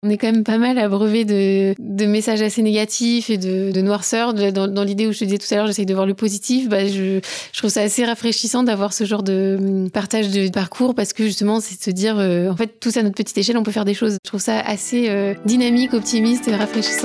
On est quand même pas mal abreuvé de messages assez négatifs et de noirceur. Dans l'idée où je te disais tout à l'heure, j'essaye de voir le positif. Je trouve ça assez rafraîchissant d'avoir ce genre de partage de parcours parce que justement, c'est de se dire, en fait, tous à notre petite échelle, on peut faire des choses. Je trouve ça assez dynamique, optimiste et rafraîchissant.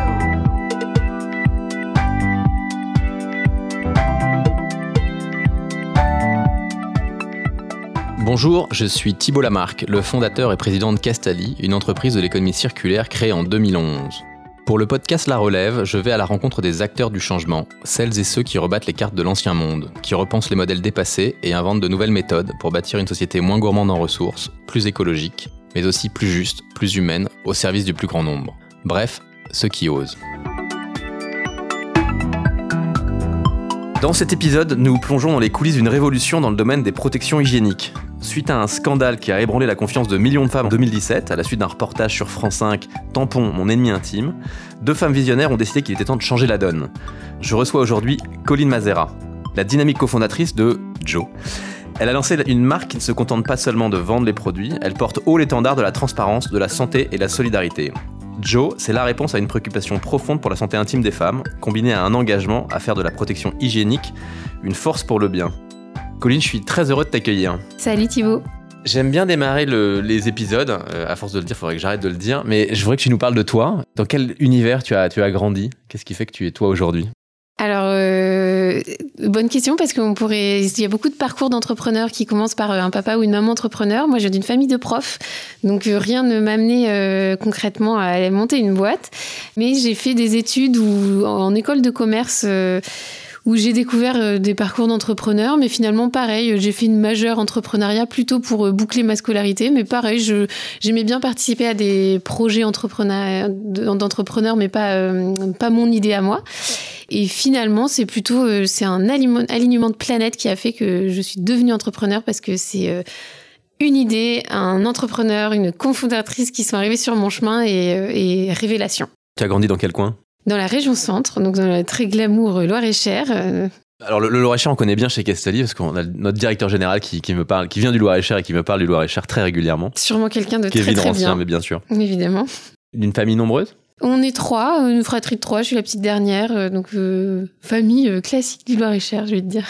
Bonjour, je suis Thibault Lamarque, le fondateur et président de Castali, une entreprise de l'économie circulaire créée en 2011. Pour le podcast La Relève, je vais à la rencontre des acteurs du changement, celles et ceux qui rebattent les cartes de l'ancien monde, qui repensent les modèles dépassés et inventent de nouvelles méthodes pour bâtir une société moins gourmande en ressources, plus écologique, mais aussi plus juste, plus humaine, au service du plus grand nombre. Bref, ceux qui osent. Dans cet épisode, nous plongeons dans les coulisses d'une révolution dans le domaine des protections hygiéniques. Suite à un scandale qui a ébranlé la confiance de millions de femmes en 2017, à la suite d'un reportage sur France 5, Tampon, mon ennemi intime, 2 femmes visionnaires ont décidé qu'il était temps de changer la donne. Je reçois aujourd'hui Colline Mazera, la dynamique cofondatrice de Joe. Elle a lancé une marque qui ne se contente pas seulement de vendre les produits, elle porte haut l'étendard de la transparence, de la santé et de la solidarité. Joe, c'est la réponse à une préoccupation profonde pour la santé intime des femmes, combinée à un engagement à faire de la protection hygiénique une force pour le bien. Colline, je suis très heureux de t'accueillir. Salut Thibault. J'aime bien démarrer les épisodes, à force de le dire, il faudrait que j'arrête de le dire, mais je voudrais que tu nous parles de toi. Dans quel univers tu as grandi ? Qu'est-ce qui fait que tu es toi aujourd'hui ? Alors, bonne question parce il y a beaucoup de parcours d'entrepreneurs qui commencent par un papa ou une maman entrepreneur. Moi, je viens d'une famille de profs, donc rien ne m'a amené concrètement à aller monter une boîte. Mais j'ai fait des études en école de commerce où j'ai découvert des parcours d'entrepreneurs. Mais finalement, pareil, j'ai fait une majeure entrepreneuriat plutôt pour boucler ma scolarité. Mais pareil, j'aimais bien participer à des projets d'entrepreneurs, mais pas mon idée à moi. Et finalement, c'est un alignement de planètes qui a fait que je suis devenue entrepreneur parce que c'est une idée, un entrepreneur, une cofondatrice qui sont arrivés sur mon chemin et révélation. Tu as grandi dans quel coin ? Dans la région centre, donc dans le très glamour Loir-et-Cher. Alors le Loir-et-Cher, on connaît bien chez Castali parce qu'on a notre directeur général qui me parle, qui vient du Loir-et-Cher et qui me parle du Loir-et-Cher très régulièrement. Sûrement quelqu'un de Kevin très très Rancien, bien. mais bien sûr. Évidemment. D'une famille nombreuse ? On est 3, une fratrie de 3, je suis la petite dernière, donc famille classique du Loir-et-Cher, je vais te dire.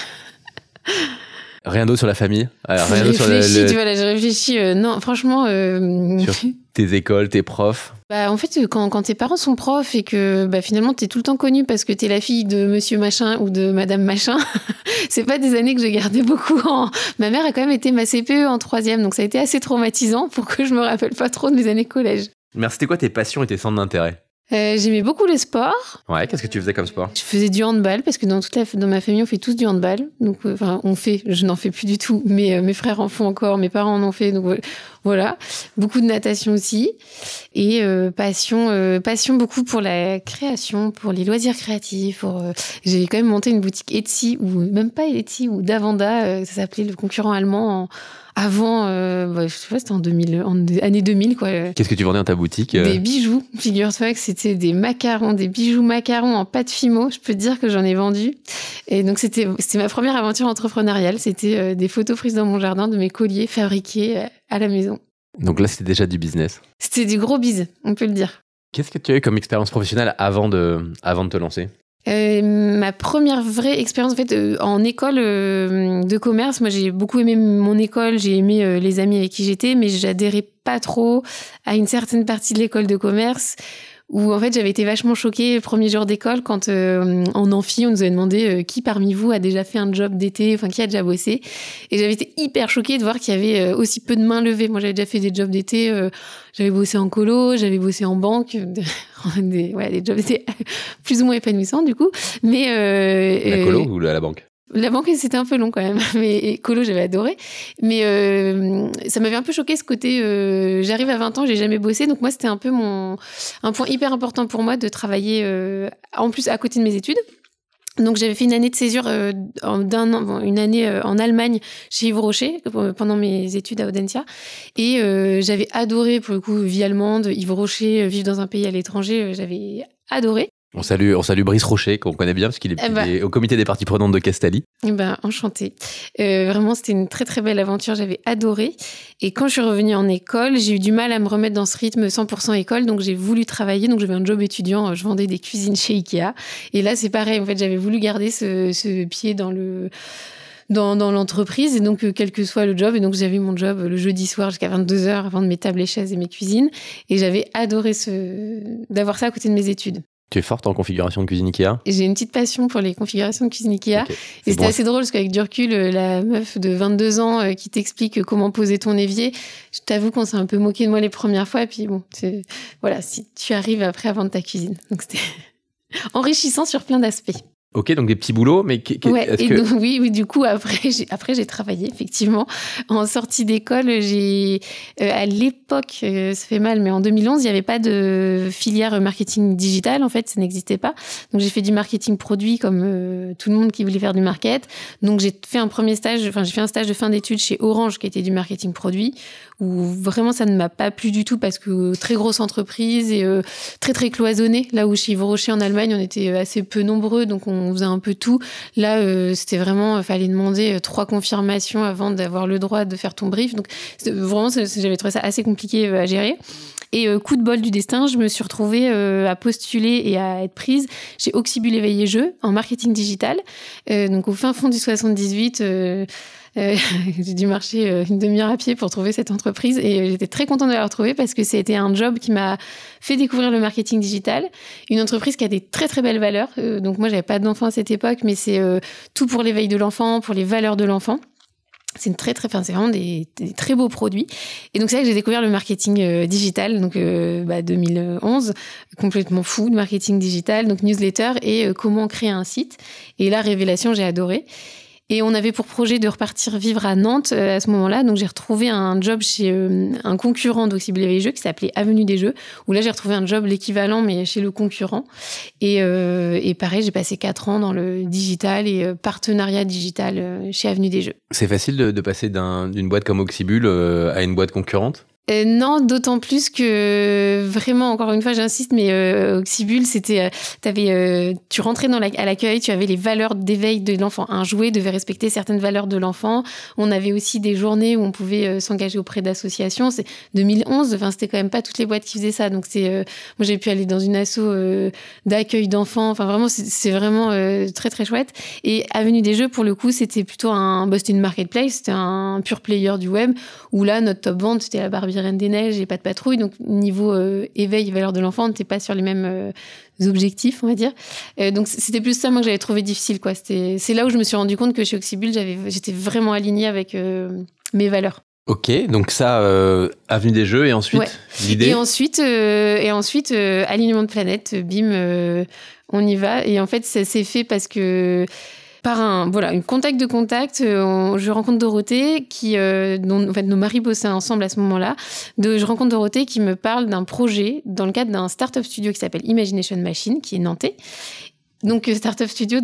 Rien d'autre sur la famille ? Rien J'ai d'autre réfléchi, tu vois, là, j'ai réfléchi. Non, franchement... Sur tes écoles, tes profs ? En fait, quand tes parents sont profs et que finalement, t'es tout le temps connue parce que t'es la fille de monsieur machin ou de madame machin, c'est pas des années que j'ai gardé beaucoup. Ma mère a quand même été ma CPE en 3e, donc ça a été assez traumatisant pour que je me rappelle pas trop de mes années collège. Mais c'était quoi tes passions et tes centres d'intérêt ? J'aimais beaucoup le sport. Ouais, qu'est-ce que tu faisais comme sport ? Je faisais du handball parce que dans ma famille, on fait tous du handball. Donc, je n'en fais plus du tout, mais mes frères en font encore, mes parents en ont fait. Donc voilà, beaucoup de natation aussi. Et passion beaucoup pour la création, pour les loisirs créatifs. J'ai quand même monté une boutique Etsy, ou même pas Etsy, ou Davanda, ça s'appelait le concurrent allemand avant, je sais pas, c'était année 2000, quoi. Qu'est-ce que tu vendais dans ta boutique ? Des bijoux. Figure-toi que c'était des bijoux macarons en pâte fimo. Je peux te dire que j'en ai vendu. Et donc, c'était ma première aventure entrepreneuriale. C'était des photos prises dans mon jardin de mes colliers fabriqués à la maison. Donc là, c'était déjà du business. C'était du gros bise, on peut le dire. Qu'est-ce que tu as eu comme expérience professionnelle avant de te lancer ? Ma première vraie expérience en fait en école de commerce, moi j'ai beaucoup aimé mon école, j'ai aimé les amis avec qui j'étais, mais j'adhérais pas trop à une certaine partie de l'école de commerce où en fait j'avais été vachement choquée le premier jour d'école quand en amphi on nous avait demandé qui parmi vous a déjà fait un job d'été, enfin qui a déjà bossé, et j'avais été hyper choquée de voir qu'il y avait aussi peu de mains levées. Moi j'avais déjà fait des jobs d'été, j'avais bossé en colo, j'avais bossé en banque, des jobs d'été plus ou moins épanouissants du coup, mais la colo ou la banque? La banque, c'était un peu long quand même, mais colo, j'avais adoré. Mais ça m'avait un peu choqué ce côté, j'arrive à 20 ans, j'ai jamais bossé, donc moi, c'était un peu un point hyper important pour moi de travailler, en plus, à côté de mes études. Donc, j'avais fait une année de césure une année en Allemagne chez Yves Rocher pendant mes études à Audencia. Et j'avais adoré, pour le coup, vie allemande, Yves Rocher, vivre dans un pays à l'étranger, j'avais adoré. On salue Brice Rocher, qu'on connaît bien, parce qu'il est au comité des parties prenantes de Castali. Enchantée. Vraiment, c'était une très, très belle aventure. J'avais adoré. Et quand je suis revenue en école, j'ai eu du mal à me remettre dans ce rythme 100% école. Donc, j'ai voulu travailler. Donc, j'avais un job étudiant. Je vendais des cuisines chez Ikea. Et là, c'est pareil. En fait, j'avais voulu garder ce pied dans l'entreprise. Et donc, quel que soit le job. Et donc, j'avais mon job le jeudi soir jusqu'à 22h avant de mes tables et chaises et mes cuisines. Et j'avais adoré d'avoir ça à côté de mes études. Tu es forte en configuration de cuisine Ikea ? J'ai une petite passion pour les configurations de cuisine Ikea. Okay. Et c'était assez drôle parce qu'avec du recul, la meuf de 22 ans qui t'explique comment poser ton évier, je t'avoue qu'on s'est un peu moqué de moi les premières fois. Et puis bon, voilà, si tu arrives après à vendre ta cuisine. Donc c'était enrichissant sur plein d'aspects. Ok, donc des petits boulots, mais donc, oui, du coup, après, j'ai travaillé, effectivement. En sortie d'école, à l'époque, ça fait mal, mais en 2011, il n'y avait pas de filière marketing digital, en fait, ça n'existait pas. Donc, j'ai fait du marketing produit comme tout le monde qui voulait faire du market. Donc, j'ai fait un stage de fin d'études chez Orange, qui était du marketing produit, où vraiment, ça ne m'a pas plu du tout parce que très grosse entreprise et très, très cloisonnée. Là où chez Yves Rocher en Allemagne, on était assez peu nombreux, donc on faisait un peu tout. Là, c'était vraiment, fallait demander 3 confirmations avant d'avoir le droit de faire ton brief. Donc, vraiment, j'avais trouvé ça assez compliqué à gérer. Et coup de bol du destin, je me suis retrouvée à postuler et à être prise chez Auxibus Éveil et Jeux en marketing digital. Donc, au fin fond du 78, j'ai dû marcher une demi-heure à pied pour trouver cette entreprise et j'étais très contente de la retrouver parce que c'était un job qui m'a fait découvrir le marketing digital. Une entreprise qui a des très très belles valeurs. Donc moi, j'avais pas d'enfant à cette époque, mais c'est tout pour l'éveil de l'enfant, pour les valeurs de l'enfant. C'est c'est vraiment des très beaux produits. Et donc, c'est là que j'ai découvert le marketing digital. Donc, 2011, complètement fou de marketing digital. Donc, newsletter et comment créer un site. Et là, révélation, j'ai adoré. Et on avait pour projet de repartir vivre à Nantes à ce moment-là. Donc, j'ai retrouvé un job chez un concurrent d'Auxibus Éveil et Jeux qui s'appelait Avenue des Jeux, où là, j'ai retrouvé un job l'équivalent, mais chez le concurrent. Et pareil, j'ai passé 4 ans dans le digital et partenariat digital chez Avenue des Jeux. C'est facile de passer d'une boîte comme Auxibus à une boîte concurrente ? Non, d'autant plus que vraiment, encore une fois, j'insiste, mais Auxibus, c'était, tu rentrais à l'accueil, tu avais les valeurs d'éveil de l'enfant. Un jouet devait respecter certaines valeurs de l'enfant. On avait aussi des journées où on pouvait s'engager auprès d'associations. C'est 2011, c'était quand même pas toutes les boîtes qui faisaient ça. Donc moi, j'ai pu aller dans une asso d'accueil d'enfants. Enfin, vraiment, c'est vraiment très très chouette. Et Avenue des Jeux, pour le coup, c'était plutôt c'était une marketplace, c'était un pure player du web. Où là, notre top vente, c'était la Barbie Reine des Neiges et Pas de Patrouille. Donc, niveau éveil et valeur de l'enfant, on n'était pas sur les mêmes objectifs, on va dire. Donc, c'était plus ça, moi, que j'avais trouvé difficile, quoi. C'est là où je me suis rendu compte que chez Auxibus, j'étais vraiment alignée avec mes valeurs. Ok, donc ça, Avenue des Jeux, et ensuite, l'idée ? Et ensuite, alignement de planète, bim, on y va. Et en fait, ça s'est fait parce que par une contact, je rencontre Dorothée dont en fait nos maris bossaient ensemble à ce moment-là. Je rencontre Dorothée qui me parle d'un projet dans le cadre d'un startup studio qui s'appelle Imagination Machine, qui est nantais. Donc, Startup Studio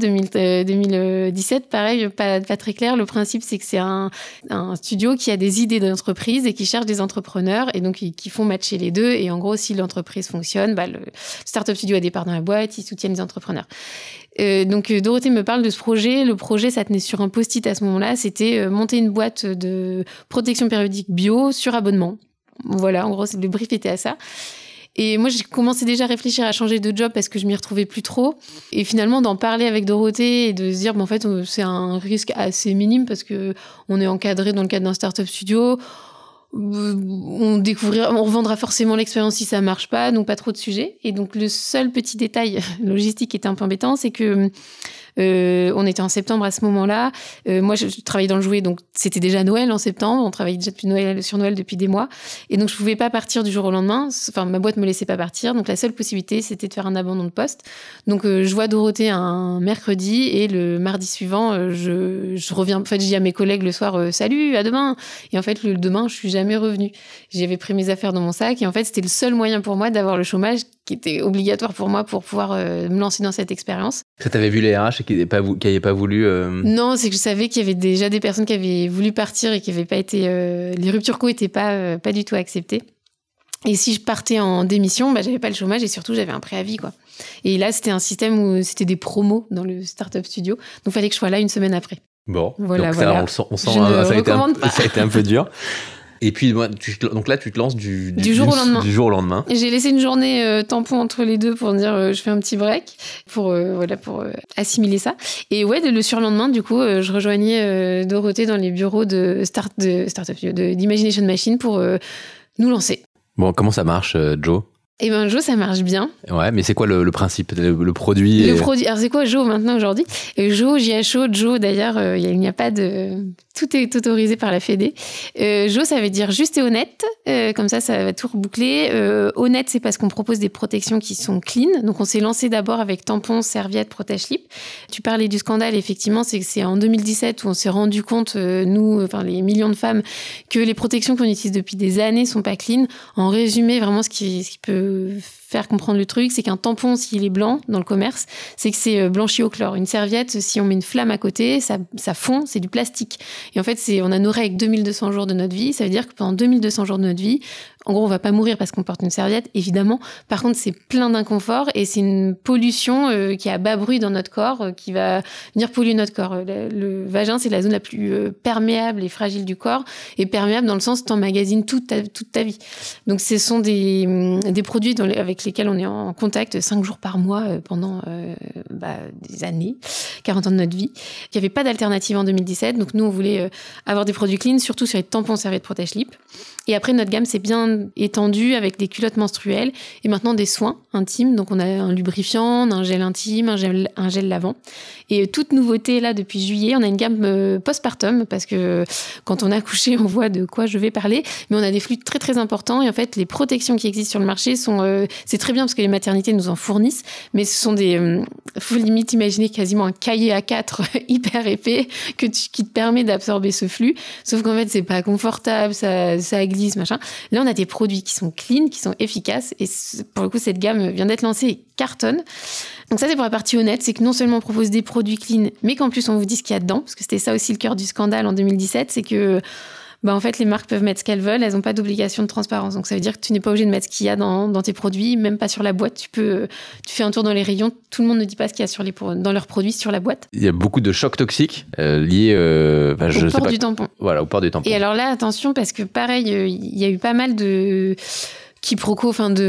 2017, pareil, pas très clair. Le principe, c'est que c'est un studio qui a des idées d'entreprise et qui cherche des entrepreneurs et donc qui font matcher les deux. Et en gros, si l'entreprise fonctionne, le Startup Studio a des parts dans la boîte, ils soutiennent les entrepreneurs. Donc, Dorothée me parle de ce projet. Le projet, ça tenait sur un post-it à ce moment-là. C'était monter une boîte de protection périodique bio sur abonnement. Voilà, en gros, le brief était à ça. Et moi, j'ai commencé déjà à réfléchir à changer de job parce que je m'y retrouvais plus trop. Et finalement, d'en parler avec Dorothée et de se dire, en fait, c'est un risque assez minime parce que on est encadré dans le cadre d'un startup studio. On revendra forcément l'expérience si ça marche pas, donc pas trop de sujets. Et donc, le seul petit détail logistique qui était un peu embêtant, c'est que on était en septembre à ce moment-là. Moi, je travaillais dans le jouet, donc c'était déjà Noël en septembre. On travaillait déjà sur Noël depuis des mois. Et donc, je pouvais pas partir du jour au lendemain. Enfin, ma boîte me laissait pas partir. Donc, la seule possibilité, c'était de faire un abandon de poste. Donc, je vois Dorothée un mercredi et le mardi suivant, je reviens. En fait, je dis à mes collègues le soir, salut, à demain. Et en fait, le demain, je suis jamais revenue. J'avais pris mes affaires dans mon sac. Et en fait, c'était le seul moyen pour moi d'avoir le chômage qui était obligatoire pour moi pour pouvoir me lancer dans cette expérience. Ça t'avait vu les RH et qui n'avaient pas voulu... Non, c'est que je savais qu'il y avait déjà des personnes qui avaient voulu partir et qui n'avaient pas été... les ruptures co n'étaient pas du tout acceptées. Et si je partais en démission, j'avais pas le chômage et surtout j'avais un préavis, quoi. Et là, c'était un système où c'était des promos dans le Startup Studio. Donc, il fallait que je sois là une semaine après. Bon, voilà. On sent ça a été un peu dur. Et puis, donc là, tu te lances du jour au lendemain. J'ai laissé une journée tampon entre les deux pour dire je fais un petit break pour assimiler ça. Et le surlendemain, du coup, je rejoignais Dorothée dans les bureaux de Startup Studio, d'Imagination Machine pour nous lancer. Bon, comment ça marche, Jo ? Eh ben, Jo, ça marche bien. Ouais, mais c'est quoi le principe, le produit Le produit. Alors, c'est quoi Jo maintenant, aujourd'hui ? Jo, JHO, Jo, d'ailleurs, il n'y a pas de... Tout est autorisé par la Fédé. Jo, ça veut dire juste et honnête. Comme ça va tout reboucler. Honnête, c'est parce qu'on propose des protections qui sont clean. Donc, on s'est lancé d'abord avec tampons, serviettes, protège-slip. Tu parlais du scandale, effectivement, c'est en 2017 où on s'est rendu compte, les millions de femmes, que les protections qu'on utilise depuis des années sont pas clean. En résumé, vraiment, ce qui peut faire comprendre le truc, c'est qu'un tampon, s'il est blanc dans le commerce, c'est que c'est blanchi au chlore. Une serviette, si on met une flamme à côté, ça fond, c'est du plastique. Et en fait, on a nos règles 2200 jours de notre vie. Ça veut dire que pendant 2200 jours de notre vie, en gros, on va pas mourir parce qu'on porte une serviette, évidemment. Par contre, c'est plein d'inconfort et c'est une pollution qui est à bas bruit dans notre corps, qui va venir polluer notre corps. Le vagin, c'est la zone la plus perméable et fragile du corps. Et perméable dans le sens, t'emmagasines toute ta vie. Donc, ce sont des produits avec lesquels on est en contact 5 jours par mois pendant des années, 40 ans de notre vie. Il n'y avait pas d'alternative en 2017. Donc, nous, on voulait avoir des produits clean, surtout sur les tampons, serviettes, protège-slip. Et après, notre gamme s'est bien étendue avec des culottes menstruelles et maintenant des soins intimes. Donc, on a un lubrifiant, un gel intime, un gel lavant. Et toute nouveauté, là, depuis juillet, on a une gamme postpartum parce que quand on a accouché, on voit de quoi je vais parler. Mais on a des flux très, très importants. Et en fait, les protections qui existent sur le marché c'est très bien parce que les maternités nous en fournissent. Mais ce sont faut limite imaginer quasiment un cahier A4 hyper épais qui te permet d'absorber ce flux. Sauf qu'en fait, c'est pas confortable, ça glisse, machin. Là, on a des produits qui sont clean, qui sont efficaces. Et pour le coup, cette gamme vient d'être lancée et cartonne. Donc ça, c'est pour la partie honnête. C'est que non seulement on propose des produits clean, mais qu'en plus, on vous dit ce qu'il y a dedans. Parce que c'était ça aussi le cœur du scandale en 2017. C'est que, en fait, les marques peuvent mettre ce qu'elles veulent. Elles n'ont pas d'obligation de transparence. Donc ça veut dire que tu n'es pas obligé de mettre ce qu'il y a dans tes produits, même pas sur la boîte. Tu fais un tour dans les rayons. Tout le monde ne dit pas ce qu'il y a dans leurs produits sur la boîte. Il y a beaucoup de chocs toxiques liés au port du tampon. Voilà, au port du tampon. Et alors là, attention, parce que pareil, il y a eu pas mal de quiproquos,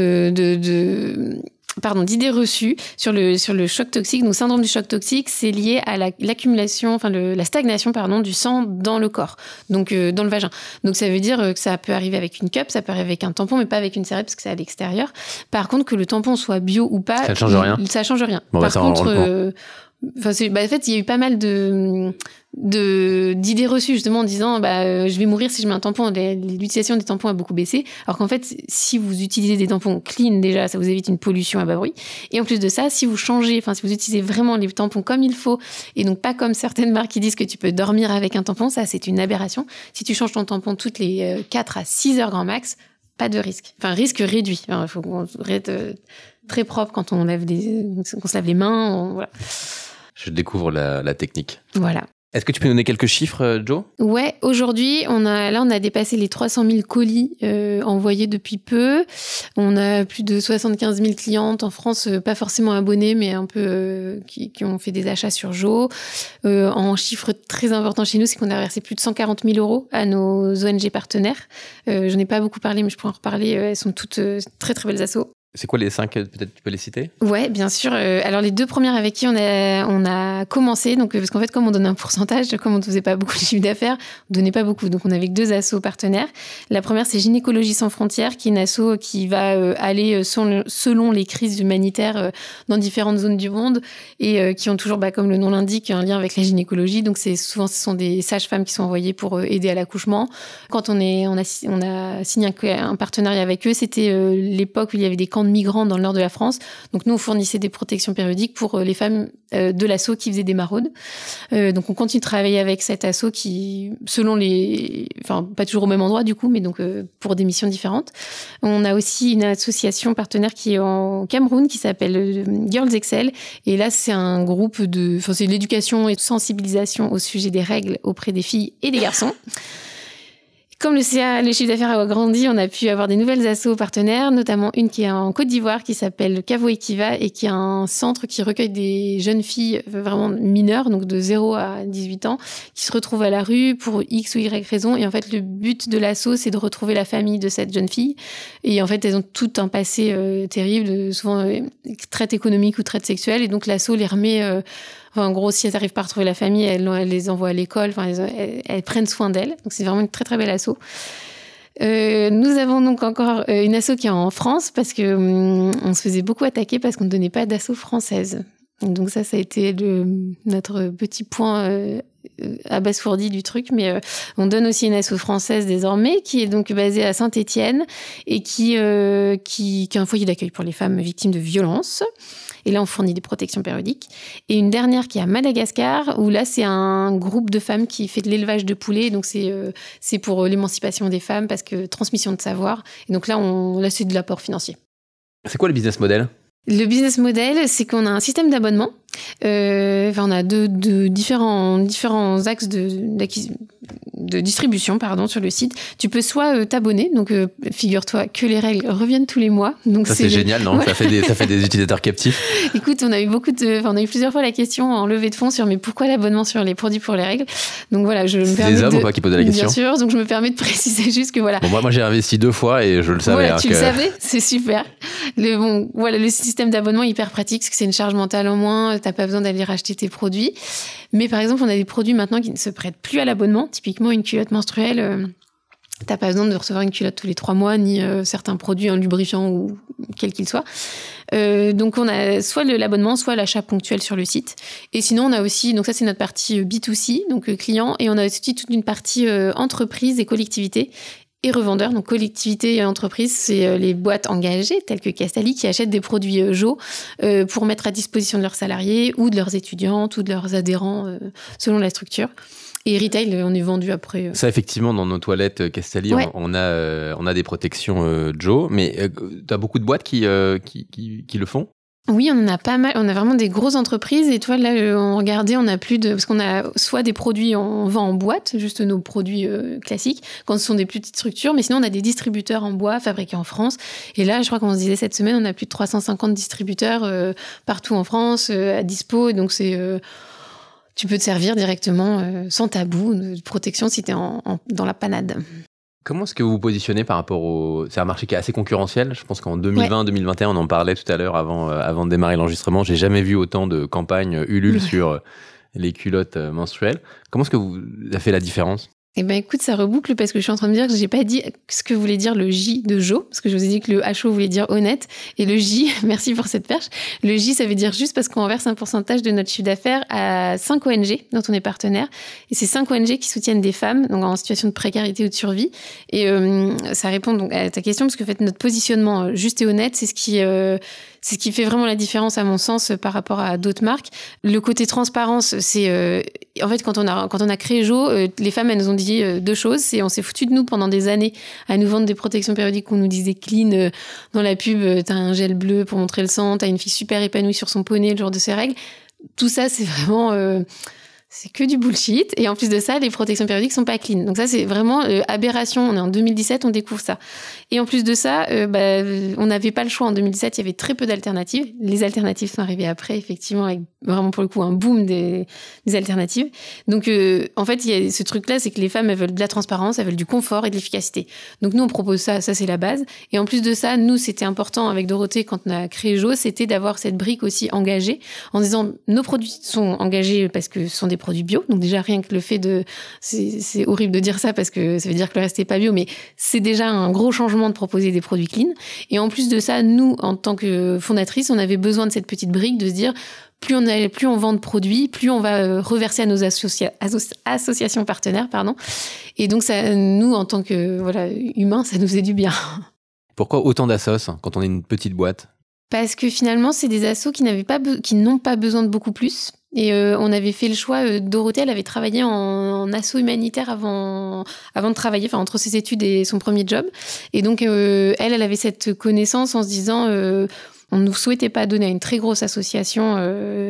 d'idées reçues sur le choc toxique. Donc, syndrome du choc toxique, c'est lié à l'accumulation, la stagnation, du sang dans le corps, donc dans le vagin. Donc, ça veut dire que ça peut arriver avec une cup, ça peut arriver avec un tampon, mais pas avec une serviette parce que c'est à l'extérieur. Par contre, que le tampon soit bio ou pas, ça change rien. Ça change rien. Bon, Par contre, en fait, il y a eu pas mal d'idées reçues justement en disant je vais mourir si je mets un tampon. L'utilisation des tampons a beaucoup baissé, alors qu'en fait, si vous utilisez des tampons clean, déjà, ça vous évite une pollution à bas bruit. Et en plus de ça, si vous si vous utilisez vraiment les tampons comme il faut, et donc pas comme certaines marques qui disent que tu peux dormir avec un tampon, ça c'est une aberration. Si tu changes ton tampon toutes les 4 à 6 heures grand max, pas de risque. Enfin, risque réduit. Il faut qu'on reste très propre quand on se lave les mains. Voilà. Je découvre la technique. Voilà. Est-ce que tu peux nous donner quelques chiffres, Jo ? Ouais, aujourd'hui, on a dépassé les 300 000 colis envoyés depuis peu. On a plus de 75 000 clientes en France, pas forcément abonnées, mais un peu qui ont fait des achats sur Jo. En chiffre très important chez nous, c'est qu'on a versé plus de 140 000 euros à nos ONG partenaires. Je n'ai pas beaucoup parlé, mais je pourrais en reparler. Elles sont toutes très, très belles assos. C'est quoi les 5, peut-être tu peux les citer ? Ouais, bien sûr. Alors les 2 premières avec qui on a commencé, donc parce qu'en fait comme on donne un pourcentage, comme on ne faisait pas beaucoup de chiffre d'affaires, on donnait pas beaucoup, donc on avait que 2 assos partenaires. La première, c'est Gynécologie sans frontières, qui est une asso qui va aller selon les crises humanitaires dans différentes zones du monde et qui ont toujours, comme le nom l'indique, un lien avec la gynécologie. Donc ce sont des sages-femmes qui sont envoyées pour aider à l'accouchement. Quand on a signé un partenariat avec eux, c'était l'époque où il y avait des camps de migrants dans le nord de la France. Donc nous, on fournissait des protections périodiques pour les femmes de l'asso qui faisaient des maraudes. Donc on continue de travailler avec cet asso qui, selon pas toujours au même endroit du coup, mais donc pour des missions différentes. On a aussi une association partenaire qui est en Cameroun qui s'appelle Girls Excel. Et là, c'est un groupe c'est l'éducation et de sensibilisation au sujet des règles auprès des filles et des garçons. Comme le chiffre d'affaires a grandi, on a pu avoir des nouvelles assos partenaires, notamment une qui est en Côte d'Ivoire qui s'appelle Cavo Equiva et qui est un centre qui recueille des jeunes filles vraiment mineures, donc de 0 à 18 ans, qui se retrouvent à la rue pour X ou Y raison. Et en fait, le but de l'asso, c'est de retrouver la famille de cette jeune fille. Et en fait, elles ont tout un passé terrible, souvent traite économique ou traite sexuelle. Et donc, l'asso les remet... en gros, si elles n'arrivent pas à retrouver la famille, elles les envoient à l'école. Elles prennent soin d'elles. Donc, c'est vraiment une très, très belle asso. Nous avons donc encore une asso qui est en France parce qu'on se faisait beaucoup attaquer parce qu'on ne donnait pas d'asso française. Donc, ça a été notre petit point abasourdi du truc. Mais on donne aussi une asso française désormais qui est donc basée à Saint-Étienne et qui est un foyer d'accueil pour les femmes victimes de violences. Et là, on fournit des protections périodiques. Et une dernière qui est à Madagascar, où là, c'est un groupe de femmes qui fait de l'élevage de poulets. Donc, c'est pour l'émancipation des femmes, parce que transmission de savoir. Et donc là, c'est de l'apport financier. C'est quoi le business model ? Le business model, c'est qu'on a un système d'abonnement. On a différents axes de distribution sur le site. Tu peux soit t'abonner, donc figure-toi que les règles reviennent tous les mois. Donc ça c'est génial, non ? Ça fait des utilisateurs captifs. Écoute, on a eu plusieurs fois la question en levée de fonds sur mais pourquoi l'abonnement sur les produits pour les règles ? Donc voilà, je me permets des hommes ou pas qui posaient la question ? Bien sûr, donc je me permets de préciser juste que voilà. Bon, moi j'ai investi 2 fois et je le savais. Voilà, tu le savais, c'est super. Le système d'abonnement est hyper pratique parce que c'est une charge mentale en moins. T'as pas besoin d'aller racheter tes produits. Mais par exemple, on a des produits maintenant qui ne se prêtent plus à l'abonnement. Typiquement, une culotte menstruelle, t'as pas besoin de recevoir une culotte tous les 3 mois, ni certains produits, un lubrifiant ou quel qu'il soit. Donc, on a soit l'abonnement, soit l'achat ponctuel sur le site. Et sinon, on a aussi, donc ça, c'est notre partie B2C, donc client. Et on a aussi toute une partie entreprise et collectivité. Et revendeurs, donc collectivités et entreprises, c'est les boîtes engagées telles que Castali qui achètent des produits Jo pour mettre à disposition de leurs salariés ou de leurs étudiantes ou de leurs adhérents selon la structure. Et retail, on est vendu après. Ça, effectivement, dans nos toilettes Castali, ouais. on a des protections Jo, mais tu as beaucoup de boîtes qui le font ? Oui, on en a pas mal. On a vraiment des grosses entreprises. Et toi, là, on regardait, on a plus de... Parce qu'on a soit des produits, on vend en boîte, juste nos produits classiques, quand ce sont des plus petites structures. Mais sinon, on a des distributeurs en bois fabriqués en France. Et là, je crois qu'on se disait cette semaine, on a plus de 350 distributeurs partout en France, à dispo. Et donc, tu peux te servir directement, sans tabou, de protection si tu es dans la panade. Comment est-ce que vous vous positionnez par rapport au... C'est un marché qui est assez concurrentiel. Je pense qu'en 2020-2021, on en parlait tout à l'heure avant de démarrer l'enregistrement. J'ai jamais vu autant de campagnes Ulule sur les culottes menstruelles. Comment est-ce que vous avez fait la différence ? Eh ben écoute, ça reboucle parce que je suis en train de me dire que j'ai pas dit ce que voulait dire le J de Jo, parce que je vous ai dit que le HO voulait dire honnête, et le J, merci pour cette perche, le J ça veut dire juste parce qu'on verse un pourcentage de notre chiffre d'affaires à 5 ONG dont on est partenaire, et c'est 5 ONG qui soutiennent des femmes donc en situation de précarité ou de survie, et ça répond donc à ta question, parce que en fait notre positionnement juste et honnête, c'est ce qui fait vraiment la différence à mon sens par rapport à d'autres marques. Le côté transparence, c'est en fait quand on a créé Jo, les femmes elles nous ont dit 2 choses, c'est on s'est foutu de nous pendant des années à nous vendre des protections périodiques qu'on nous disait clean dans la pub, t'as un gel bleu pour montrer le sang, t'as une fille super épanouie sur son poney le jour de ses règles. Tout ça c'est vraiment c'est que du bullshit. Et en plus de ça, les protections périodiques sont pas clean. Donc ça, c'est vraiment aberration. On est en 2017, on découvre ça. Et en plus de ça, on n'avait pas le choix. En 2017, il y avait très peu d'alternatives. Les alternatives sont arrivées après, effectivement, avec vraiment pour le coup un boom des alternatives. Donc en fait, il y a ce truc-là, c'est que les femmes, elles veulent de la transparence, elles veulent du confort et de l'efficacité. Donc nous, on propose ça c'est la base. Et en plus de ça, nous, c'était important avec Dorothée, quand on a créé Jo, c'était d'avoir cette brique aussi engagée, en disant nos produits sont engagés parce que ce sont des produits bio. Donc déjà, rien que le fait c'est horrible de dire ça parce que ça veut dire que le reste n'est pas bio, mais c'est déjà un gros changement de proposer des produits clean. Et en plus de ça, nous, en tant que fondatrice, on avait besoin de cette petite brique de se dire plus on vend de produits, plus on va reverser à nos associations partenaires, pardon. Et donc ça, nous, en tant que humains, ça nous faisait du bien. Pourquoi autant d'assos quand on est une petite boîte ? Parce que finalement, c'est des assos qui n'ont pas besoin de beaucoup plus. Et on avait fait le choix, Dorothée, elle avait travaillé en asso humanitaire avant de travailler, enfin entre ses études et son premier job. Et donc, elle avait cette connaissance en se disant... on ne souhaitait pas donner à une très grosse association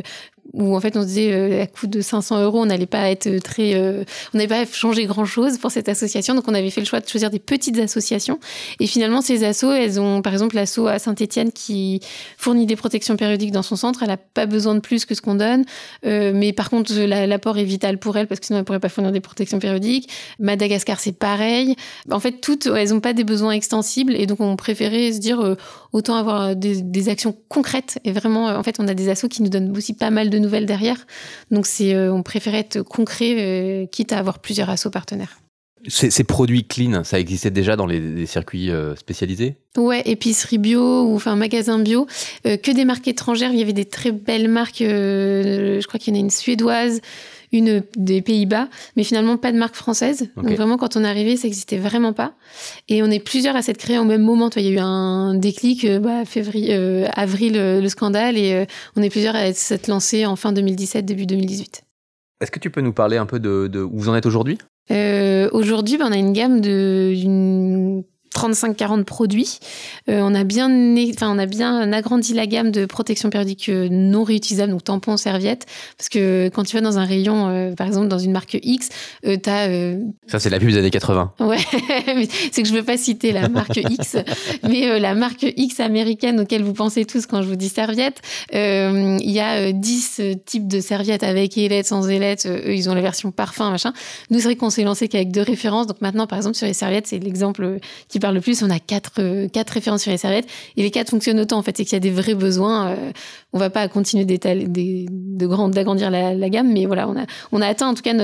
où en fait on se disait à coût de 500 €, on n'allait pas être on n'allait pas changer grand-chose pour cette association. Donc on avait fait le choix de choisir des petites associations. Et finalement, ces assos, elles ont, par exemple, l'asso à Saint-Étienne qui fournit des protections périodiques dans son centre. Elle n'a pas besoin de plus que ce qu'on donne. Mais par contre, l'apport est vital pour elle parce que sinon elle ne pourrait pas fournir des protections périodiques. Madagascar, c'est pareil. En fait, toutes, elles n'ont pas des besoins extensibles. Et donc, on préférait se dire autant avoir des actions concrètes. Et vraiment, en fait, on a des assos qui nous donnent aussi pas mal de nouvelles derrière. Donc, on préférait être concret, quitte à avoir plusieurs assos partenaires. Ces produits clean, ça existait déjà dans les circuits spécialisés ? Ouais, épicerie bio ou magasin bio, que des marques étrangères. Il y avait des très belles marques, je crois qu'il y en a une suédoise, une des Pays-Bas, mais finalement pas de marque française. Okay. Donc vraiment, quand on est arrivé, ça n'existait vraiment pas. Et on est plusieurs à s'être créés au même moment. Il y a eu un déclic, avril, le scandale, et on est plusieurs à s'être lancés en fin 2017, début 2018. Est-ce que tu peux nous parler un peu de où vous en êtes aujourd'hui ? Aujourd'hui, on a une gamme d'une 35-40 produits. On a bien agrandi la gamme de protection périodique non réutilisable, donc tampons, serviettes, parce que quand tu vas dans un rayon, par exemple dans une marque X, t'as... Ça, c'est la pub des années 80. Ouais, c'est que je veux pas citer la marque X, mais la marque X américaine auquel vous pensez tous quand je vous dis serviettes, il y a 10 types de serviettes avec ailettes, sans ailettes. Eux, ils ont la version parfum, machin. Nous, c'est vrai qu'on s'est lancé qu'avec 2 références. Donc maintenant, par exemple, sur les serviettes, c'est l'exemple qui parle le plus. On a 4 références sur les serviettes et les 4 fonctionnent autant. En fait, c'est qu'il y a des vrais besoins. On va pas continuer d'agrandir la gamme, mais voilà, on a atteint en tout cas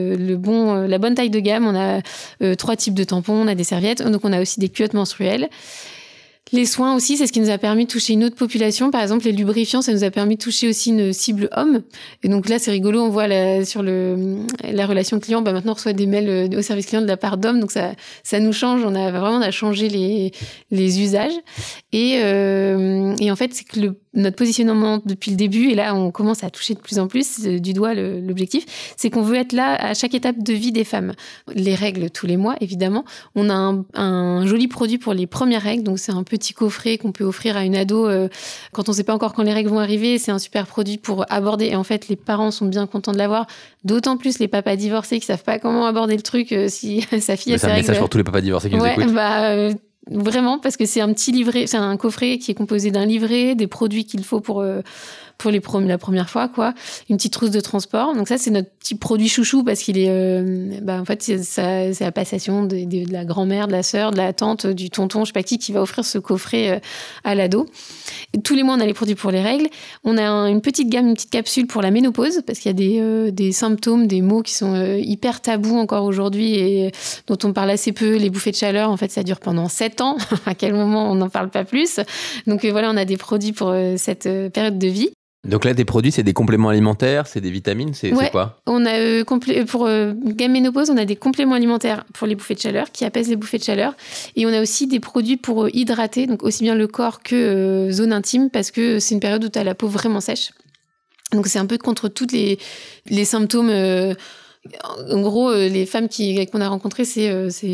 la bonne taille de gamme. On a 3 types de tampons, on a des serviettes, donc on a aussi des culottes menstruelles. Les soins aussi, c'est ce qui nous a permis de toucher une autre population. Par exemple, les lubrifiants, ça nous a permis de toucher aussi une cible homme. Et donc là, c'est rigolo, on voit sur la relation client, maintenant on reçoit des mails au service client de la part d'hommes, donc ça nous change. On a changé les usages. Et en fait, c'est que notre positionnement depuis le début, et là on commence à toucher de plus en plus du doigt l'objectif, c'est qu'on veut être là à chaque étape de vie des femmes. Les règles tous les mois, évidemment. On a un joli produit pour les premières règles, donc c'est un petit coffret qu'on peut offrir à une ado quand on ne sait pas encore quand les règles vont arriver. C'est un super produit pour aborder, et en fait les parents sont bien contents de l'avoir, d'autant plus les papas divorcés qui savent pas comment aborder le truc si sa fille a ses règles. C'est un message pour tous les papas divorcés qui nous écoutent. Vraiment, parce que c'est un petit livret, c'est un coffret qui est composé d'un livret, des produits qu'il faut pour la première fois, quoi. Une petite trousse de transport. Donc ça, c'est notre petit produit chouchou parce qu'il est, en fait, c'est la passation de la grand-mère, de la sœur, de la tante, du tonton, je sais pas qui va offrir ce coffret à l'ado. Et tous les mois, on a les produits pour les règles. On a une petite gamme, une petite capsule pour la ménopause parce qu'il y a des symptômes, des mots qui sont hyper tabous encore aujourd'hui et dont on parle assez peu. Les bouffées de chaleur, en fait, ça dure pendant 7 ans. À quel moment on n'en parle pas plus? Donc voilà, on a des produits pour cette période de vie. Donc là, des produits, c'est des compléments alimentaires, c'est des vitamines, c'est quoi? On a pour gamme ménopause, on a des compléments alimentaires pour les bouffées de chaleur qui apaisent les bouffées de chaleur, et on a aussi des produits pour hydrater, donc aussi bien le corps que zone intime, parce que c'est une période où tu as la peau vraiment sèche. Donc c'est un peu contre tous les symptômes. En gros, les femmes qu'on a rencontrées, c'est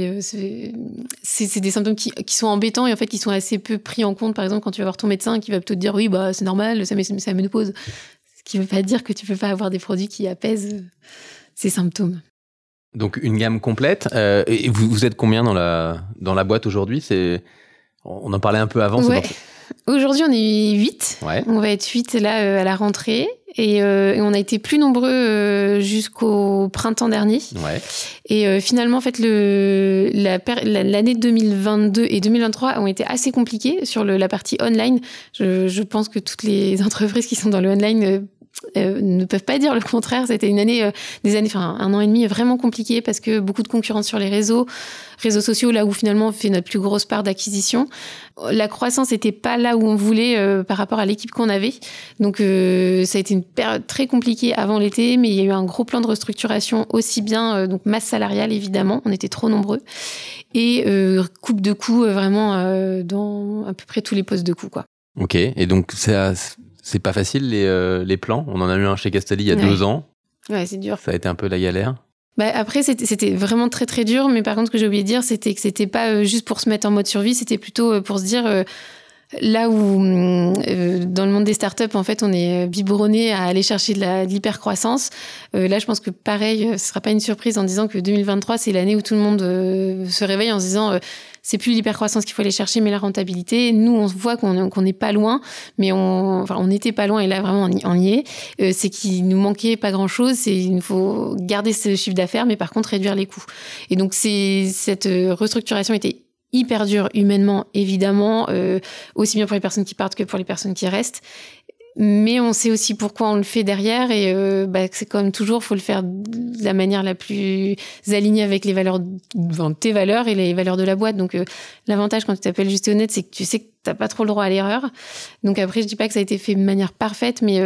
des symptômes qui sont embêtants et en fait qui sont assez peu pris en compte. Par exemple, quand tu vas voir ton médecin qui va plutôt te dire oui, c'est normal, c'est la ménopause. Ce qui ne veut pas dire que tu peux pas avoir des produits qui apaisent ces symptômes. Donc une gamme complète. Et vous êtes combien dans la boîte aujourd'hui? On en parlait un peu avant. Ouais. Aujourd'hui, on est 8. Ouais. On va être 8 là à la rentrée. Et on a été plus nombreux jusqu'au printemps dernier. Ouais. Et finalement, en fait, l'année 2022 et 2023 ont été assez compliquées sur la partie online. Je pense que toutes les entreprises qui sont dans le online ne peuvent pas dire le contraire. C'était un an et demi vraiment compliqué parce que beaucoup de concurrence sur les réseaux sociaux, là où finalement on fait notre plus grosse part d'acquisition. La croissance n'était pas là où on voulait par rapport à l'équipe qu'on avait. Donc ça a été une période très compliquée avant l'été, mais il y a eu un gros plan de restructuration aussi bien, donc masse salariale évidemment, on était trop nombreux, et coupe de coûts vraiment dans à peu près tous les postes de coûts, quoi. Ok, et donc c'est pas facile les plans. On en a eu un chez Castelli il y a 2 ans. Ouais, c'est dur. Ça a été un peu la galère. Après, c'était vraiment très très dur, mais par contre, ce que j'ai oublié de dire, c'était que c'était pas juste pour se mettre en mode survie, c'était plutôt pour se dire Là où, dans le monde des startups, en fait, on est biberonné à aller chercher de l'hypercroissance. Là, je pense que pareil, ce sera pas une surprise en disant que 2023, c'est l'année où tout le monde se réveille en se disant c'est plus l'hypercroissance qu'il faut aller chercher, mais la rentabilité. Nous, on voit qu'on n'est pas loin, mais on n'était pas loin, et là, vraiment, on y est. C'est qu'il nous manquait pas grand-chose. Il faut garder ce chiffre d'affaires, mais par contre, réduire les coûts. Et donc, cette restructuration était hyper dur humainement, évidemment, aussi bien pour les personnes qui partent que pour les personnes qui restent. Mais on sait aussi pourquoi on le fait derrière, et c'est comme toujours, il faut le faire de la manière la plus alignée avec les valeurs, tes valeurs et les valeurs de la boîte. Donc l'avantage quand tu t'appelles Juste et Honnête, c'est que tu sais que t'as pas trop le droit à l'erreur. Donc après, je dis pas que ça a été fait de manière parfaite, mais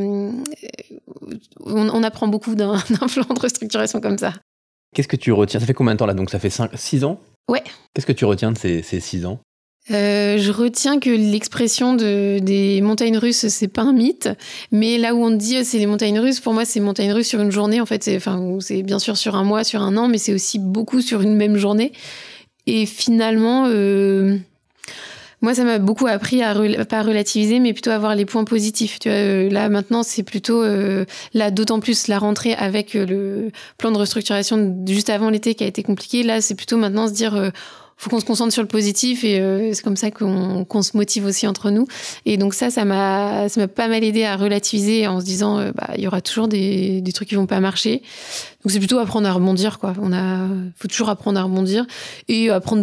on apprend beaucoup d'un plan de restructuration comme ça. Qu'est-ce que tu retiens ? Ça fait combien de temps là ? Donc ça fait 6 ans ? Ouais. Qu'est-ce que tu retiens de ces 6 ans ? Je retiens que l'expression des montagnes russes, c'est pas un mythe, mais là où on te dit c'est les montagnes russes, pour moi c'est montagnes russes sur une journée, en fait, c'est bien sûr sur un mois, sur un an, mais c'est aussi beaucoup sur une même journée. Et finalement, moi ça m'a beaucoup appris à pas relativiser, mais plutôt à voir les points positifs. Tu vois, là maintenant c'est plutôt là d'autant plus la rentrée avec le plan de restructuration juste avant l'été qui a été compliqué. Là c'est plutôt maintenant se dire faut qu'on se concentre sur le positif, et c'est comme ça qu'on se motive aussi entre nous. Et donc ça m'a pas mal aidé à relativiser en se disant il y aura toujours des trucs qui vont pas marcher. Donc c'est plutôt apprendre à rebondir, quoi. Faut toujours apprendre à rebondir et apprendre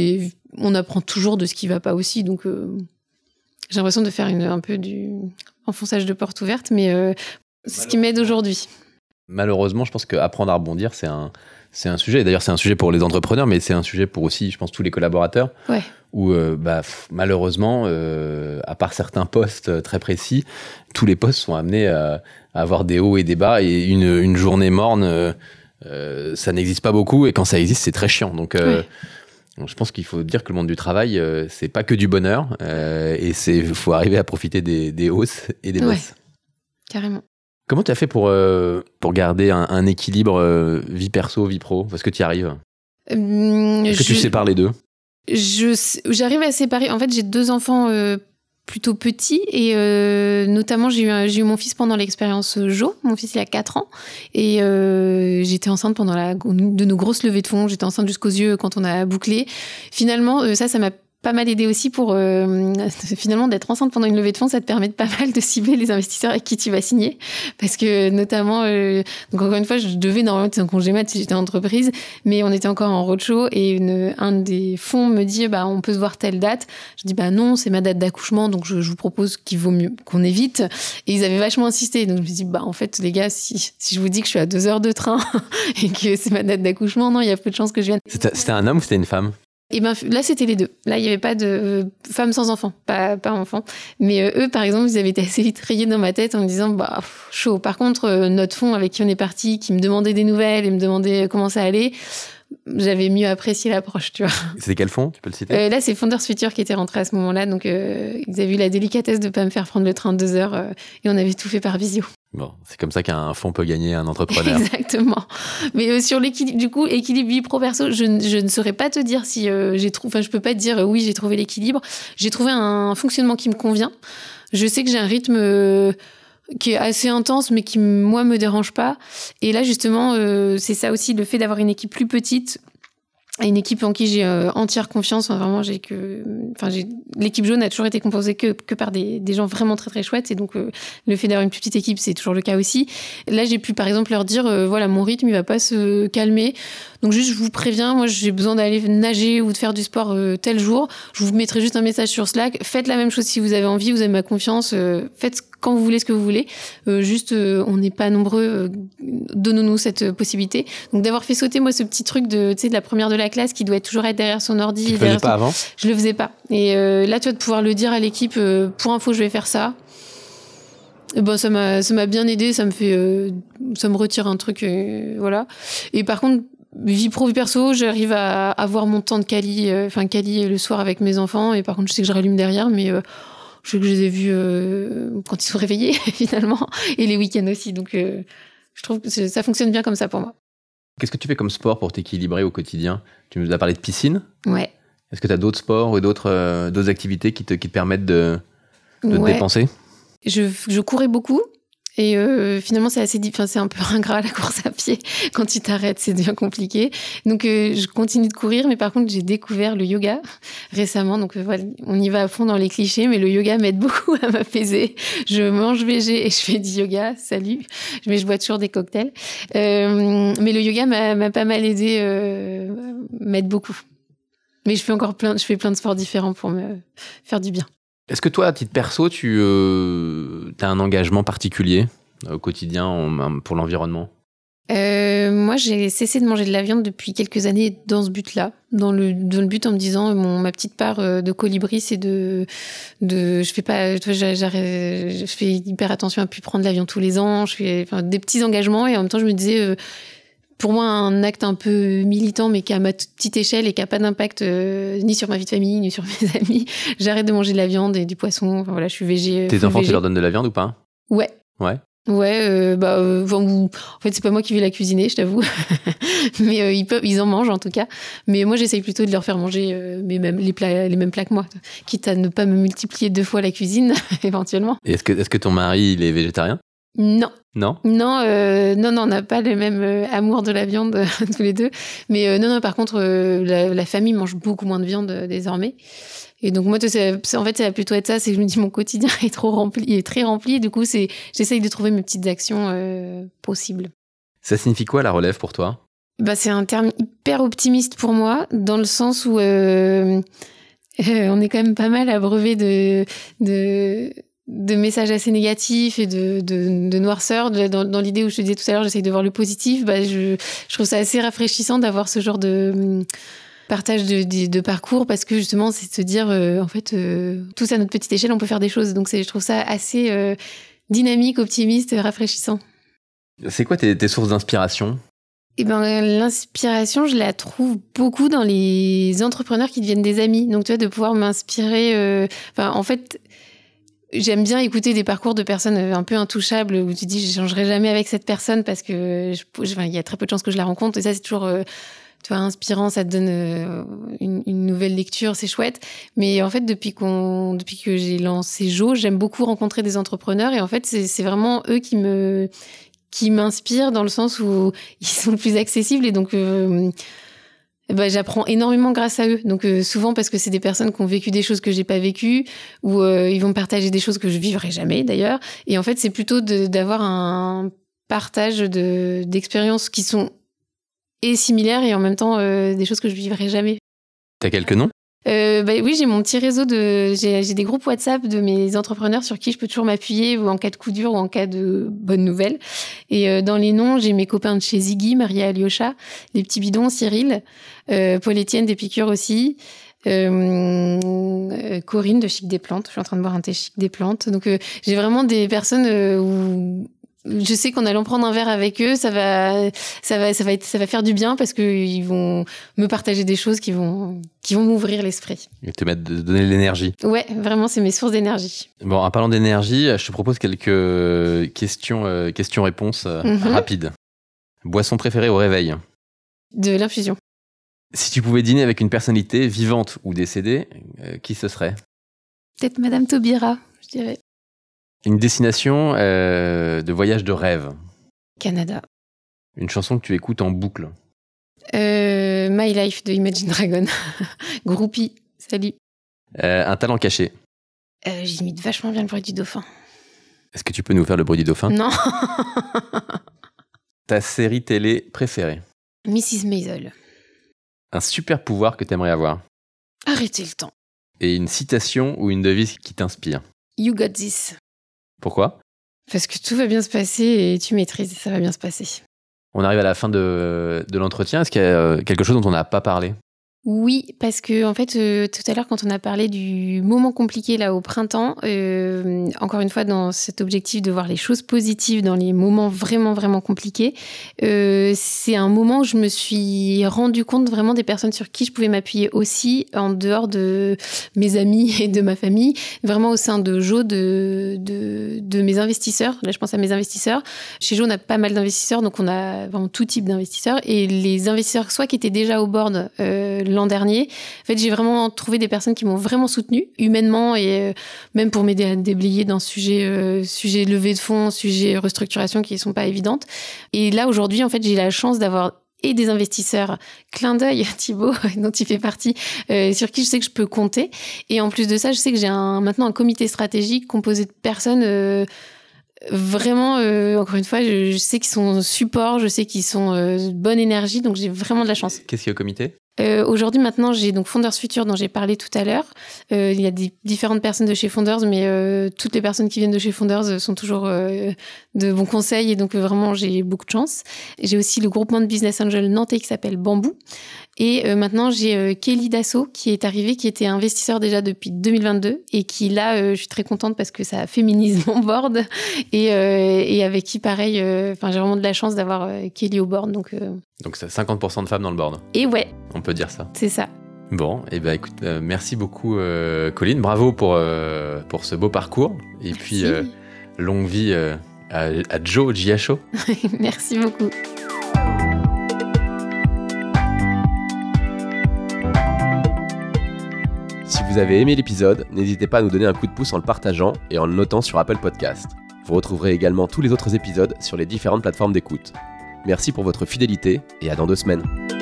on apprend toujours de ce qui va pas aussi. Donc j'ai l'impression de faire un peu du enfonçage de porte ouverte, mais c'est ce qui m'aide aujourd'hui. Malheureusement, je pense qu'apprendre à rebondir, c'est un sujet. D'ailleurs, c'est un sujet pour les entrepreneurs, mais c'est un sujet pour aussi, je pense, tous les collaborateurs. Ouais. Où, malheureusement, à part certains postes très précis, tous les postes sont amenés à avoir des hauts et des bas. Et une journée morne, ça n'existe pas beaucoup. Et quand ça existe, c'est très chiant. Donc, je pense qu'il faut dire que le monde du travail, c'est pas que du bonheur. Et faut arriver à profiter des hausses et des basses. Ouais, carrément. Comment tu as fait pour garder un équilibre vie perso, vie pro ? Est-ce que tu y arrives ? Est-ce que tu sépares les deux ? J'arrive à séparer. En fait, j'ai 2 enfants plutôt petits, et notamment j'ai eu mon fils pendant l'expérience Jo. Mon fils il a 4 ans, et j'étais enceinte pendant de nos grosses levées de fonds. J'étais enceinte jusqu'aux yeux quand on a bouclé. Finalement, ça m'a pas mal aidé aussi pour finalement d'être enceinte pendant une levée de fonds. Ça te permet de pas mal de cibler les investisseurs avec qui tu vas signer, parce que notamment donc encore une fois, je devais normalement être en congé mat si j'étais en entreprise, mais on était encore en roadshow, et un des fonds me dit on peut se voir telle date. Je dis non, c'est ma date d'accouchement, donc je vous propose qu'il vaut mieux qu'on évite. Et ils avaient vachement insisté, donc je me dis en fait les gars, si je vous dis que je suis à 2 heures de train et que c'est ma date d'accouchement, non, il y a peu de chances que je vienne. C'était un homme ou c'était une femme ? Et là, c'était les deux. Là, il n'y avait pas de femmes sans enfants, pas enfants. Mais eux, par exemple, ils avaient été assez vite rayés dans ma tête en me disant, chaud. Par contre, notre fonds avec qui on est parti, qui me demandait des nouvelles et me demandait comment ça allait, j'avais mieux apprécié l'approche, tu vois. C'était quel fonds ? Tu peux le citer ? Là, c'est Founders Future qui était rentré à ce moment-là. Donc, ils avaient eu la délicatesse de ne pas me faire prendre le train de 2 heures. Et on avait tout fait par visio. Bon, c'est comme ça qu'un fonds peut gagner un entrepreneur. Exactement. Mais sur l'équilibre, du coup, équilibre vie pro-perso, je ne saurais pas te dire si j'ai trouvé... Enfin, je peux pas te dire oui, j'ai trouvé l'équilibre. J'ai trouvé un fonctionnement qui me convient. Je sais que j'ai un rythme qui est assez intense, mais qui, moi, me dérange pas. Et là, justement, c'est ça aussi, le fait d'avoir une équipe plus petite, une équipe en qui j'ai entière confiance. Vraiment, l'équipe jaune a toujours été composée que par des gens vraiment très très chouettes, et donc le fait d'avoir une plus petite équipe, c'est toujours le cas aussi. Là, j'ai pu par exemple leur dire voilà, mon rythme il va pas se calmer, donc juste je vous préviens, moi j'ai besoin d'aller nager ou de faire du sport tel jour, je vous mettrai juste un message sur Slack, faites la même chose si vous avez envie, vous avez ma confiance, faites quand vous voulez ce que vous voulez, on n'est pas nombreux, donnons-nous cette possibilité. Donc d'avoir fait sauter moi ce petit truc de la première de la classe qui doit toujours être derrière son ordi. Tu le faisais pas avant ? Je le faisais pas. Et là, tu vas de pouvoir le dire à l'équipe, pour info, je vais faire ça. Et ça m'a bien aidé, ça me retire un truc, voilà. Et par contre, vie pro, vie perso, j'arrive à avoir mon temps de quali le soir avec mes enfants, et par contre, je sais que je rallume derrière, mais je sais que je les ai vus quand ils sont réveillés, finalement, et les week-ends aussi. Donc, je trouve que ça fonctionne bien comme ça pour moi. Qu'est-ce que tu fais comme sport pour t'équilibrer au quotidien ? Tu nous as parlé de piscine ? Ouais. Est-ce que tu as d'autres sports ou d'autres activités qui te permettent de te dépenser ? Je courais beaucoup. Et finalement, c'est un peu ingrat la course à pied. Quand tu t'arrêtes, c'est bien compliqué. Donc, je continue de courir, mais par contre, j'ai découvert le yoga récemment. Donc, voilà, on y va à fond dans les clichés, mais le yoga m'aide beaucoup à m'apaiser. Je mange végé et je fais du yoga. Salut. Mais je bois toujours des cocktails. Mais le yoga m'a pas mal aidé, m'aide beaucoup. Mais je fais plein de sports différents pour me faire du bien. Est-ce que toi, à titre perso, tu as un engagement particulier au quotidien pour l'environnement ? Moi, j'ai cessé de manger de la viande depuis quelques années dans ce but-là. Dans le but en me disant, ma petite part de colibri, c'est je fais hyper attention à plus prendre de la viande tous les ans. Je fais des petits engagements et en même temps, je me disais... pour moi, un acte un peu militant, mais qui est à ma petite échelle et qui n'a pas d'impact ni sur ma vie de famille, ni sur mes amis. J'arrête de manger de la viande et du poisson. Enfin, voilà, je suis végé. Tes enfants, tu leur donnes de la viande ou pas ? Ouais. Ouais. Ouais, en fait, c'est pas moi qui vais la cuisiner, je t'avoue. Mais ils en mangent, en tout cas. Mais moi, j'essaye plutôt de leur faire manger les mêmes plats que moi. Quitte à ne pas me multiplier 2 fois la cuisine, éventuellement. Et est-ce que ton mari, il est végétarien ? Non. Non, on n'a pas le même amour de la viande tous les deux. Mais non, par contre, la famille mange beaucoup moins de viande désormais. Et donc moi, ça va plutôt être ça, c'est que je me dis mon quotidien est très rempli. Et du coup, j'essaye de trouver mes petites actions possibles. Ça signifie quoi la relève pour toi ? C'est un terme hyper optimiste pour moi, dans le sens où on est quand même pas mal abreuvé de messages assez négatifs et de noirceur. Dans l'idée où je te disais tout à l'heure, j'essaye de voir le positif. Je trouve ça assez rafraîchissant d'avoir ce genre de partage de parcours, parce que justement, c'est de se dire, en fait, tous à notre petite échelle, on peut faire des choses. Donc, je trouve ça assez dynamique, optimiste, rafraîchissant. C'est quoi tes sources d'inspiration ? L'inspiration, je la trouve beaucoup dans les entrepreneurs qui deviennent des amis. Donc, tu vois, de pouvoir m'inspirer... en fait... J'aime bien écouter des parcours de personnes un peu intouchables où tu dis, je n'échangerai jamais avec cette personne parce que il y a très peu de chances que je la rencontre. Et ça, c'est toujours inspirant, ça te donne une nouvelle lecture, c'est chouette. Mais en fait, depuis que j'ai lancé Jo, j'aime beaucoup rencontrer des entrepreneurs. Et en fait, c'est vraiment eux qui m'inspirent dans le sens où ils sont plus accessibles. Et donc... j'apprends énormément grâce à eux. Donc souvent parce que c'est des personnes qui ont vécu des choses que j'ai pas vécues, ou ils vont me partager des choses que je vivrai jamais d'ailleurs. Et en fait, c'est plutôt d'avoir un partage d'expériences qui sont similaires et en même temps des choses que je vivrai jamais. T'as quelques noms ? Oui, j'ai mon petit réseau j'ai des groupes WhatsApp de mes entrepreneurs sur qui je peux toujours m'appuyer, ou en cas de coup dur ou en cas de bonnes nouvelles. Et dans les noms, j'ai mes copains de chez Ziggy, Maria Alyosha, les petits bidons, Cyril, Paul-Étienne des Piqûres aussi, Corinne de Chic des Plantes. Je suis en train de boire un thé Chic des Plantes. Donc j'ai vraiment des personnes où je sais qu'en allant prendre un verre avec eux, ça va faire du bien, parce qu'ils vont me partager des choses qui vont m'ouvrir l'esprit. Et te donner de l'énergie. Ouais, vraiment, c'est mes sources d'énergie. Bon, en parlant d'énergie, je te propose quelques questions-réponses rapides. Boisson préférée au réveil ? De l'infusion. Si tu pouvais dîner avec une personnalité vivante ou décédée, qui ce serait ? Peut-être Madame Taubira, je dirais. Une destination de voyage de rêve. Canada. Une chanson que tu écoutes en boucle. My Life de Imagine Dragon. Groupie, salut. Un talent caché. J'imite vachement bien le bruit du dauphin. Est-ce que tu peux nous faire le bruit du dauphin ? Non. Ta série télé préférée. Mrs. Maisel. Un super pouvoir que tu aimerais avoir. Arrêtez le temps. Et une citation ou une devise qui t'inspire. You got this. Pourquoi ? Parce que tout va bien se passer et tu maîtrises et ça va bien se passer. On arrive à la fin de l'entretien. Est-ce qu'il y a quelque chose dont on n'a pas parlé ? Oui, parce que en fait, tout à l'heure, quand on a parlé du moment compliqué là au printemps, encore une fois, dans cet objectif de voir les choses positives dans les moments vraiment, vraiment compliqués, c'est un moment où je me suis rendu compte vraiment des personnes sur qui je pouvais m'appuyer aussi, en dehors de mes amis et de ma famille, vraiment au sein de Jo, de mes investisseurs. Là, je pense à mes investisseurs. Chez Jo, on a pas mal d'investisseurs, donc on a vraiment tout type d'investisseurs. Et les investisseurs, soit qui étaient déjà au board l'an dernier, en fait, j'ai vraiment trouvé des personnes qui m'ont vraiment soutenue, humainement, et même pour m'aider à déblayer dans sujet levée de fonds, sujet restructuration qui ne sont pas évidentes. Et là, aujourd'hui, en fait, j'ai la chance d'avoir et des investisseurs, clin d'œil, Thibaut, dont tu fais partie, sur qui je sais que je peux compter. Et en plus de ça, je sais que j'ai maintenant un comité stratégique composé de personnes vraiment, encore une fois, je sais qu'ils sont support, je sais qu'ils sont de bonne énergie, donc j'ai vraiment de la chance. Qu'est-ce qu'il y a au comité ? Aujourd'hui, maintenant, j'ai donc Founders Future dont j'ai parlé tout à l'heure. Il y a différentes personnes de chez Founders, mais toutes les personnes qui viennent de chez Founders sont toujours de bons conseils, et donc vraiment, j'ai beaucoup de chance. J'ai aussi le groupement de business angel nantais qui s'appelle Bambou. Et maintenant, j'ai Kelly Dassault qui est arrivé, qui était investisseur déjà depuis 2022 et qui, là, je suis très contente parce que ça féminise mon board et avec qui, pareil, j'ai vraiment de la chance d'avoir Kelly au board. Donc c'est 50% de femmes dans le board. Et ouais. On peut dire ça. C'est ça. Bon, et ben écoute, merci beaucoup Colline, bravo pour ce beau parcours. Et puis, longue vie à Jo Jiacho. Merci beaucoup. Si vous avez aimé l'épisode, n'hésitez pas à nous donner un coup de pouce en le partageant et en le notant sur Apple Podcast. Vous retrouverez également tous les autres épisodes sur les différentes plateformes d'écoute. Merci pour votre fidélité et à dans 2 semaines.